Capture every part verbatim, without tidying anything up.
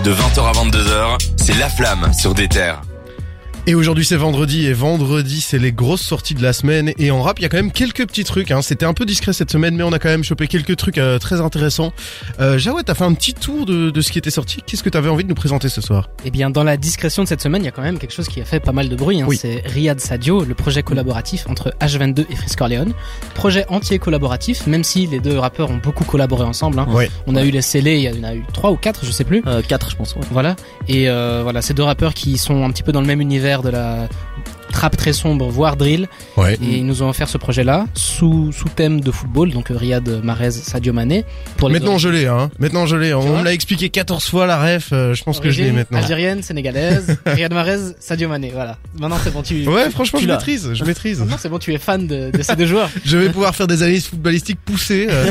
De vingt heures à vingt-deux heures, c'est La Flamme sur des terres. Et aujourd'hui c'est vendredi, et vendredi c'est les grosses sorties de la semaine, et en rap il y a quand même quelques petits trucs, hein. C'était un peu discret cette semaine, mais on a quand même chopé quelques trucs euh, très intéressants. Euh, Jawad, t'as fait un petit tour de, de ce qui était sorti, qu'est-ce que t'avais envie de nous présenter ce soir? Eh bien dans la discrétion de cette semaine, il y a quand même quelque chose qui a fait pas mal de bruit, hein. Oui. C'est Riyad Sadio, le projet collaboratif entre H vingt-deux et Frisk Orleans. Projet entier collaboratif, même si les deux rappeurs ont beaucoup collaboré ensemble, hein. Ouais. On a eu les scellés, il y en a eu trois ou quatre, je sais plus. Euh, quatre je pense, ouais. Voilà. Et euh, voilà, ces deux rappeurs qui sont un petit peu dans le même univers de la trap très sombre, voire drill. Ouais. Et ils nous ont offert ce projet-là sous sous thème de football, donc euh, Riyad Mahrez, Sadio Mané. Pour les Maintenant je l'ai, hein. Maintenant je l'ai. On vois me l'a expliqué quatorze fois la ref. Euh, je pense que je l'ai origine maintenant. Algérienne, sénégalaise, Riyad Mahrez, Sadio Mané. Voilà. Maintenant c'est bon, tu. Ouais, franchement tu je l'as. maîtrise, je maîtrise. Maintenant c'est bon, tu es fan de, de ces deux joueurs. Je vais pouvoir faire des analyses footballistiques poussées. euh.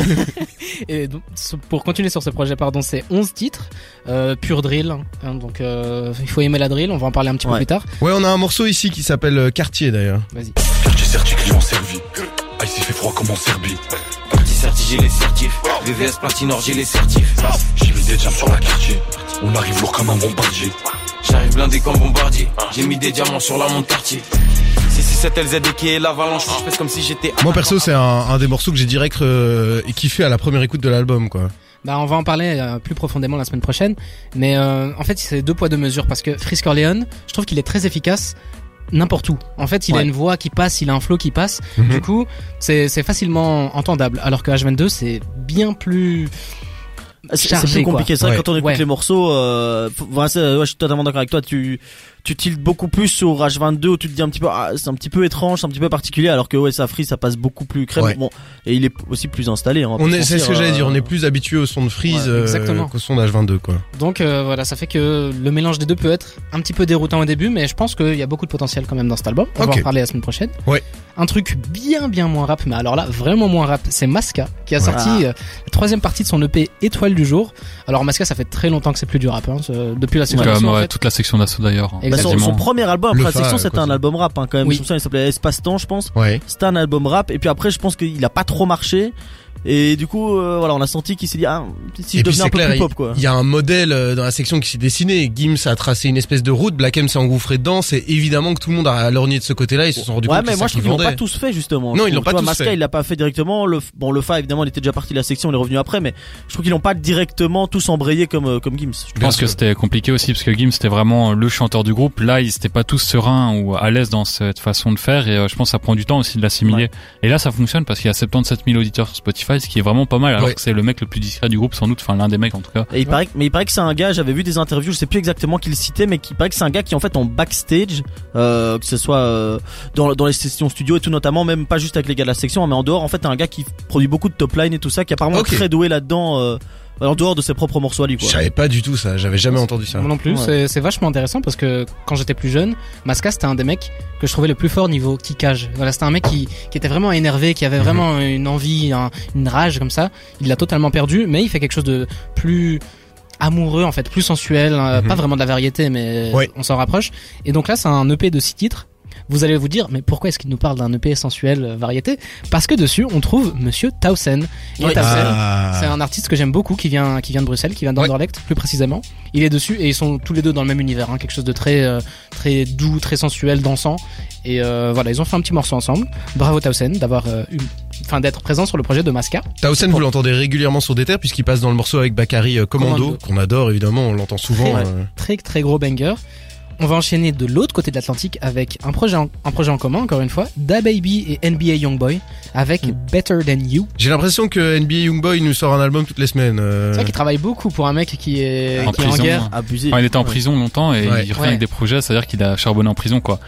Et donc, ce- pour continuer sur ce projet, pardon, c'est onze titres, euh, pur drill. Hein, donc euh, il faut aimer la drill. On va en parler un petit Ouais. peu plus tard. Ouais, on a un morceau ici qui s'appelle euh, Quartier d'ailleurs. Vas-y. Quartier certi, client servi. Ah, il s'est fait froid comme en Serbie. Parti certi, j'ai les certifs. V V S Platinor, j'ai les certifs. J'ai mis des jams sur la quartier. On arrive lourd comme un bombardier. J'arrive blindé comme bombardier. J'ai mis des diamants sur la montre quartier. six six sept L Z D qui est l'avalanche. Je fais comme si j'étais. Moi perso c'est un, un des morceaux que j'ai direct euh, kiffé à la première écoute de l'album, quoi. Bah on va en parler euh, plus profondément la semaine prochaine. Mais euh, en fait c'est deux poids deux mesures parce que Frisk Orleans, je trouve qu'il est très efficace n'importe où. En fait il a Ouais. une voix qui passe, il a un flow qui passe. Mhm. Du coup c'est c'est facilement entendable. Alors que H vingt-deux c'est bien plus C'est c'est chargé, plus quoi. compliqué. C'est vrai Ouais. que quand on écoute Ouais. les morceaux, euh, faut- voilà, c'est- ouais, je suis totalement d'accord avec toi. Tu tu tiltes beaucoup plus sur H vingt-deux où tu te dis un petit peu, ah, c'est un petit peu étrange, c'est un petit peu particulier, alors que ouais, ça Free, ça passe beaucoup plus crème. Ouais. Bon, et il est aussi plus installé. Hein, On est, c'est ce que j'allais dire, on est plus habitué au son de Freeze Ouais, euh, exactement. qu'au son d'H vingt-deux, quoi. Donc euh, voilà, ça fait que le mélange des deux peut être un petit peu déroutant au début, mais je pense qu'il y a beaucoup de potentiel quand même dans cet album. On Ok. va en parler la semaine prochaine. Ouais. Un truc bien bien moins rap, mais alors là vraiment moins rap, c'est Maska qui a Ouais. sorti euh, la troisième partie de son E P Étoile du jour. Alors Maska, ça fait très longtemps que c'est plus du rap, hein, ce- depuis la section Comme d'assaut, en ouais, fait. toute la section d'assaut d'ailleurs. Et Bah, son, quasiment. son premier album Le après la Fa, section, quoi, c'était ça. un album rap hein, quand même. Oui. Je me souviens, il s'appelait Espace-Temps, je pense. Ouais. C'était un album rap. Et puis après, je pense qu'il a pas trop marché. Et du coup, euh, voilà, on a senti qu'il s'est dit, ah, si je Et puis devenais c'est un peu clair, plus il pop, quoi. il y a un modèle euh, dans la section qui s'est dessiné. Gims a tracé une espèce de route, Black M s'est engouffré dedans. C'est évidemment que tout le monde a lorgné de ce côté-là. Ils se sont rendus Ouais, compte mais que moi c'est je ça trouve qui qu'ils l'ont vendait. pas tous fait justement. Non, Je ils l'ont trouve, pas tu vois, tous Maska, fait. il l'a pas fait directement. Le, bon, le Fa évidemment, il était déjà parti de la section, il est revenu après, mais je trouve qu'ils l'ont pas directement tous embrayé comme euh, comme Gims. Je pense que c'était compliqué aussi parce que Gims c'était vraiment le chanteur du groupe. Là, ils étaient pas tous sereins ou à l'aise dans cette façon de faire et euh, je pense que ça prend du temps aussi de l'assimiler. Ouais. Et là, ça fonctionne parce qu'il y a soixante-dix-sept mille auditeurs sur Spotify, ce qui est vraiment pas mal alors Ouais. que c'est le mec le plus discret du groupe sans doute, enfin l'un des mecs en tout cas. Et il paraît, que- mais il paraît que c'est un gars. J'avais vu des interviews, je sais plus exactement qui le citait, mais qui paraît que c'est un gars qui en fait en backstage, euh, que ce soit euh, dans dans les sessions studio et tout notamment, même pas juste avec les gars de la section, mais en dehors en fait, un gars qui produit beaucoup de top line et tout ça, qui est apparemment Ok. très doué là-dedans. Euh, en dehors de ses propres morceaux à lui, Je quoi. savais pas du tout ça. J'avais jamais entendu ça. Moi non plus, Ouais. c'est, c'est vachement intéressant parce que quand j'étais plus jeune, Maska c'était un des mecs que je trouvais le plus fort niveau kickage. Voilà, c'était un mec qui, qui était vraiment énervé, qui avait Mhm. vraiment une envie, un- une rage comme ça. Il l'a totalement perdu, mais il fait quelque chose de plus amoureux en fait, plus sensuel, euh, Mhm. pas vraiment de la variété, mais Ouais. on s'en rapproche. Et donc là, c'est un E P de six titres. Vous allez vous dire, mais pourquoi est-ce qu'il nous parle d'un E P sensuel euh, variété? Parce que dessus, on trouve Monsieur Towson. Et Ouais. Towson, Ah. c'est un artiste que j'aime beaucoup qui vient qui vient de Bruxelles, qui vient d'Anderlecht plus précisément. Il est dessus et ils sont tous les deux dans le même univers, hein, quelque chose de très euh, très doux, très sensuel, dansant. Et euh, voilà, ils ont fait un petit morceau ensemble. Bravo Towson d'avoir euh, eu, enfin d'être présent sur le projet de Maska. Towson, vous l'entendez régulièrement sur des terres puisqu'il passe dans le morceau avec Bakary euh, Commando, Commando. qu'on adore évidemment. On l'entend souvent. Ouais. euh. Très très gros banger. On va enchaîner de l'autre côté de l'Atlantique avec un projet en, un projet en commun encore une fois, DaBaby et N B A Youngboy avec Mm. Better Than You. J'ai l'impression que N B A Youngboy nous sort un album toutes les semaines. euh. C'est vrai qu'il travaille beaucoup pour un mec qui est En qui est en prison. guerre. Abusé. Enfin, il était en Ouais. prison longtemps et Ouais. il revient Ouais. avec des projets, c'est-à-dire qu'il a charbonné en prison quoi.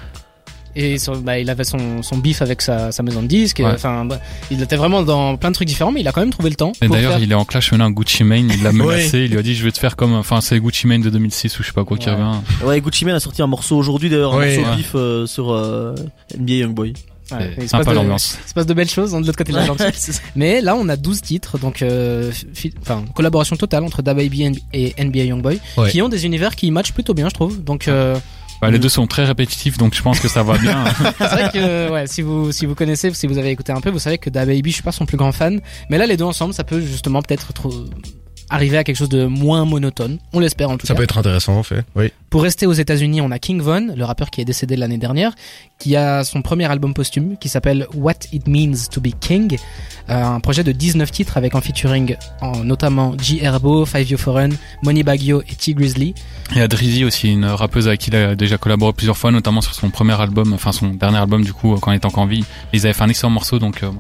Et sur- bah, il avait son, son bif avec sa, sa maison de disques. et, Ouais. Enfin, bah, il était vraiment dans plein de trucs différents, mais il a quand même trouvé le temps. Et pour d'ailleurs, faire- il est en clash maintenant Gucci Mane, il l'a menacé, il lui a dit je vais te faire comme, enfin c'est Gucci Mane de deux mille six ou je sais pas quoi qui Ouais. revient. Ouais, Gucci Mane a sorti un morceau aujourd'hui d'ailleurs, un Ouais. morceau Ouais. bif euh, sur euh, N B A Youngboy. Ouais, C'est il se sympa passe de- l'ambiance. Il se passe de belles choses hein, de l'autre côté de l'Atlantique. C'est ça. Mais là, on a douze titres, donc euh, fi- enfin collaboration totale entre DaBaby et N B A Youngboy, Ouais. qui ont des univers qui matchent plutôt bien, je trouve. Donc euh, Bah, les deux sont très répétitifs donc je pense que ça va bien. c'est vrai que euh, ouais, si vous si vous connaissez, si vous avez écouté un peu, vous savez que DaBaby, je suis pas son plus grand fan, mais là les deux ensemble, ça peut justement peut-être trop arriver à quelque chose de moins monotone. On l'espère en tout Ça cas. peut être intéressant en fait. Oui. Pour rester aux États-Unis, on a King Von, le rappeur qui est décédé l'année dernière, qui a son premier album posthume qui s'appelle What It Means to Be King, euh, un projet de dix-neuf titres avec en featuring en, notamment G Herbo, Five Yo Foreign, Moneybagg Yo et T Grizzly. Il y a Drizzy aussi, une rappeuse avec qui il a déjà collaboré plusieurs fois, notamment sur son premier album, enfin son dernier album du coup, quand il était encore en vie. Ils avaient fait un excellent morceau, donc euh,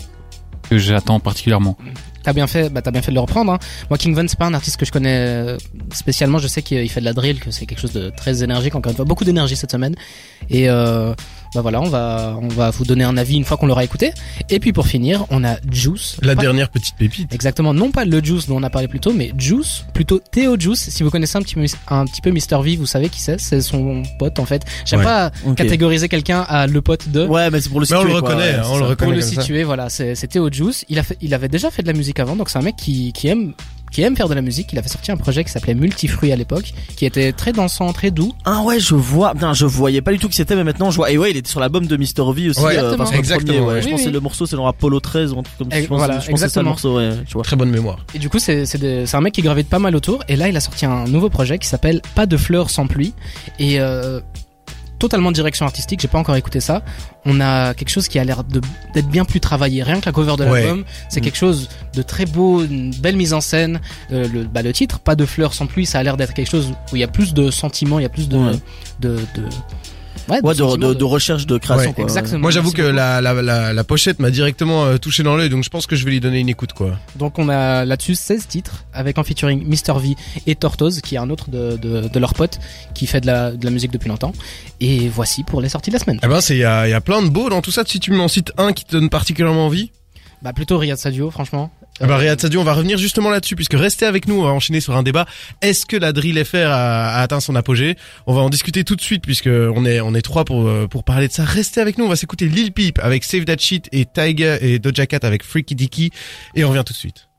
que j'attends particulièrement. T'as bien fait, bah t'as bien fait de le reprendre. Hein. Moi, King Von, c'est pas un artiste que je connais spécialement. Je sais qu'il fait de la drill, que c'est quelque chose de très énergique. Encore une fois, beaucoup d'énergie cette semaine. Et euh, bah voilà, on va, on va vous donner un avis une fois qu'on l'aura écouté. Et puis pour finir, on a Juice. La pas... dernière petite pépite. Exactement, non pas le Juice dont on a parlé plus tôt, mais Juice, plutôt Théo Juice. Si vous connaissez un petit peu, un petit peu Mister V, vous savez qui c'est. C'est son pote en fait. J'aime Ouais. pas Ok. catégoriser quelqu'un à le pote de. Ouais, mais c'est pour le Mais situer. on le quoi, reconnaît, ouais, hein, c'est on le ça. reconnaît. Pour le comme ça. situer, voilà, c'est c'est Théo Juice. Il a fait, il avait déjà fait de la musique avant, donc c'est un mec qui, qui aime, qui aime faire de la musique. Il avait sorti un projet qui s'appelait Multifruit à l'époque, qui était très dansant, très doux. Ah ouais, je vois. Putain, je voyais pas du tout qui c'était, mais maintenant je vois. Et ouais, il était sur l'album de Mister V aussi. Ouais, euh, parce que le exactement, premier, ouais. ouais. Je Oui, pense que oui. c'est le morceau, c'est dans Apollo treize ou un truc comme ça. Et Je pense, voilà, je pense que c'est ça le exactement. morceau, ouais, tu vois. Très bonne mémoire. Et du coup, c'est c'est des- c'est un mec qui gravite pas mal autour. Et là, il a sorti un nouveau projet qui s'appelle Pas de fleurs sans pluie. Et euh, totalement direction artistique. J'ai pas encore écouté ça. On a quelque chose qui a l'air de d'être bien plus travaillé. Rien que la cover de Ouais. l'album, c'est Mm. quelque chose de très beau, une belle mise en scène. Euh, le, bah, le titre, Pas de fleurs sans pluie, ça a l'air d'être quelque chose où il y a plus de sentiments, il y a plus de Ouais. de, de ouais, Ouais, de, sentiments, de, de recherche de création, Ouais, quoi. exactement. Moi j'avoue Merci que beaucoup. la, la, la, la pochette m'a directement euh, touché dans l'œil, donc je pense que je vais lui donner une écoute quoi. Donc on a là-dessus seize titres avec en featuring Mister V et Tortoise qui est un autre de, de, de leurs potes qui fait de la, de la musique depuis longtemps. Et voici pour les sorties de la semaine. Eh ben c'est il y a, il y a plein de beaux dans tout ça. Si tu m'en cites un qui te donne particulièrement envie. Bah plutôt Riyad Sadio franchement. Eh ben, Riyad Sadio, on va revenir justement là-dessus, puisque restez avec nous, on va enchaîner sur un débat. Est-ce que la drill F R a, a atteint son apogée? On va en discuter tout de suite, puisque on est, on est trois pour, euh, pour parler de ça. Restez avec nous, on va s'écouter Lil Peep avec Save That Shit et Tyga et Doja Cat avec Freaky Dicky, et on revient tout de suite.